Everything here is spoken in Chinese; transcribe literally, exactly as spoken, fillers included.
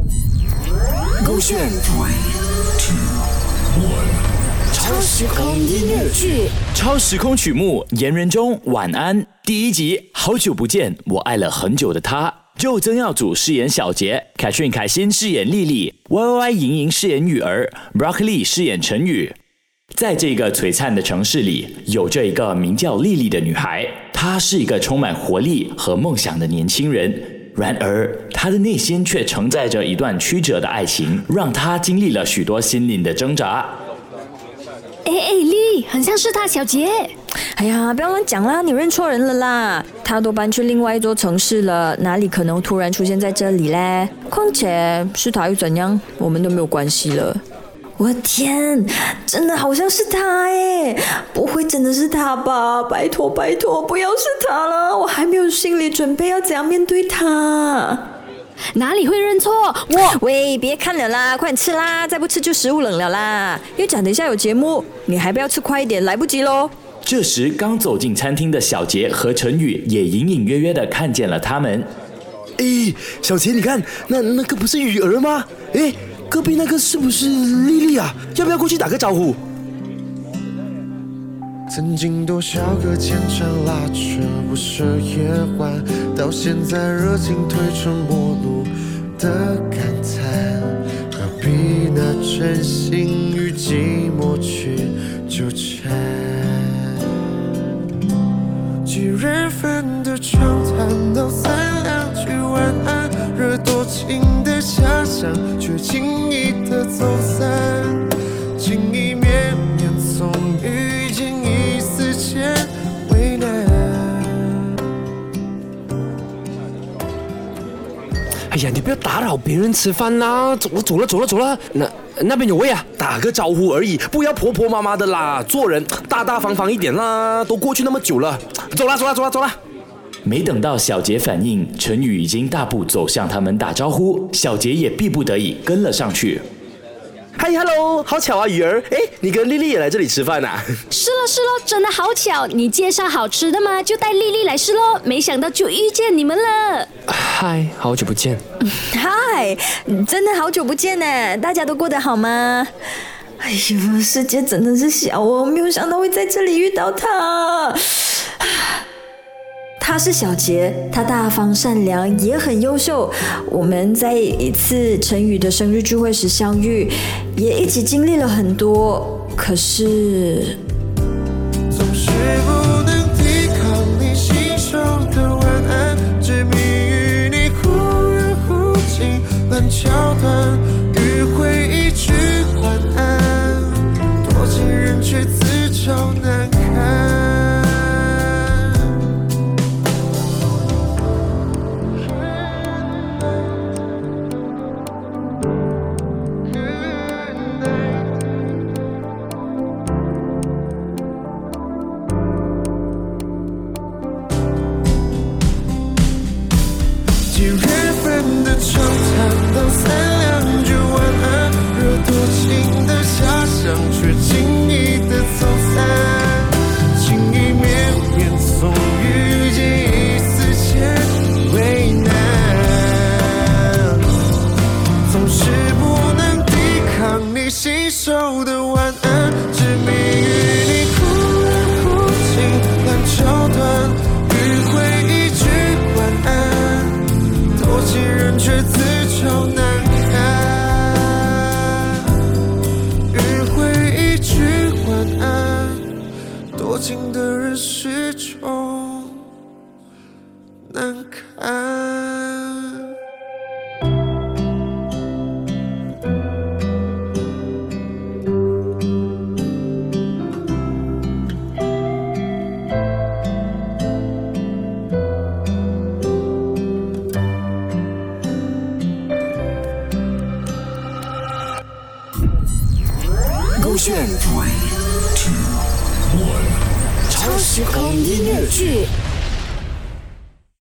勾选超时空音乐剧， 超时空曲目《言人中晚安》第一集，好久不见，我爱了很久的他。就曾耀祖饰演小杰，凯顺凯欣饰演丽丽 ，Y Y Y 莹莹饰演雨儿 ，Broccoli 饰演陈宇。在这个璀璨的城市里，有着一个名叫丽丽的女孩，她是一个充满活力和梦想的年轻人。然而，她的内心却承载着一段曲折的爱情，让她经历了许多心灵的挣扎。 哎哎，丽，很像是他，小杰。 哎呀，不要乱讲啦，你认错人了啦。他都搬去另外一座城市了，哪里可能突然出现在这里嘞？况且是他又怎样，我们都没有关系了。我的天，真的好像是他哎！不会真的是他吧？拜托拜托，不要是他了，我还没有心理准备要怎样面对他。 哪里会认错？ 我喂，别看了啦，快点吃啦，再不吃就食物冷了啦。因为讲等一下有节目，你还不要吃快一点，来不及咯。 这时，刚走进餐厅的小杰和陈宇也隐隐约约地看见了他们。 诶，小杰，你看，那那个不是雨儿吗？诶，隔壁那个是不是丽丽啊？要不要过去打个招呼？ 曾经多少个牵肠拉扯不舍夜晚，到现在热情褪成陌路的感叹，何必拿真心与寂寞去纠缠？几人份的长谈，道三两句晚安，惹多情的遐想，却轻易的走散，情意绵绵从遇见一丝间为难。 哎呀，你不要打扰别人吃饭啦！走了，走了，走了，走了。那那边有位啊，打个招呼而已，不要婆婆妈妈的啦。做人大大方方一点啦，都过去那么久了。走啦，走啦，走啦，走啦。 没等到小杰反应，陈宇已经大步走向他们打招呼，小杰也逼不得已跟了上去。 嗨 ，Hello， 好巧啊，雨儿，哎，你跟丽丽也来这里吃饭啊？ 是咯是咯，真的好巧，你介绍好吃的吗？就带丽丽来吃咯，没想到就遇见你们了。 嗨，好久不见。 嗨，真的好久不见呢，大家都过得好吗？哎呦，世界真的是小哦，没有想到会在这里遇到他。他是小杰，他大方善良，也很优秀。我们在一次陈宇的生日聚会时相遇，也一起经历了很多。可是， 总是不能抵抗你信手的晚安，执迷于你忽远忽近烂桥段，迂回一句晚安，多情人却自找难堪。几月份的长谈，道三两句晚安，惹多情的遐想，却轻易的走散，情意绵绵从遇见一丝间为难，总是不能抵抗你信手的晚安，执迷于你忽远忽近烂桥段，迂回一句晚安，多情人却自找难堪，迂回一句晚安，多情的人始终难堪。 勾选超时空音乐剧。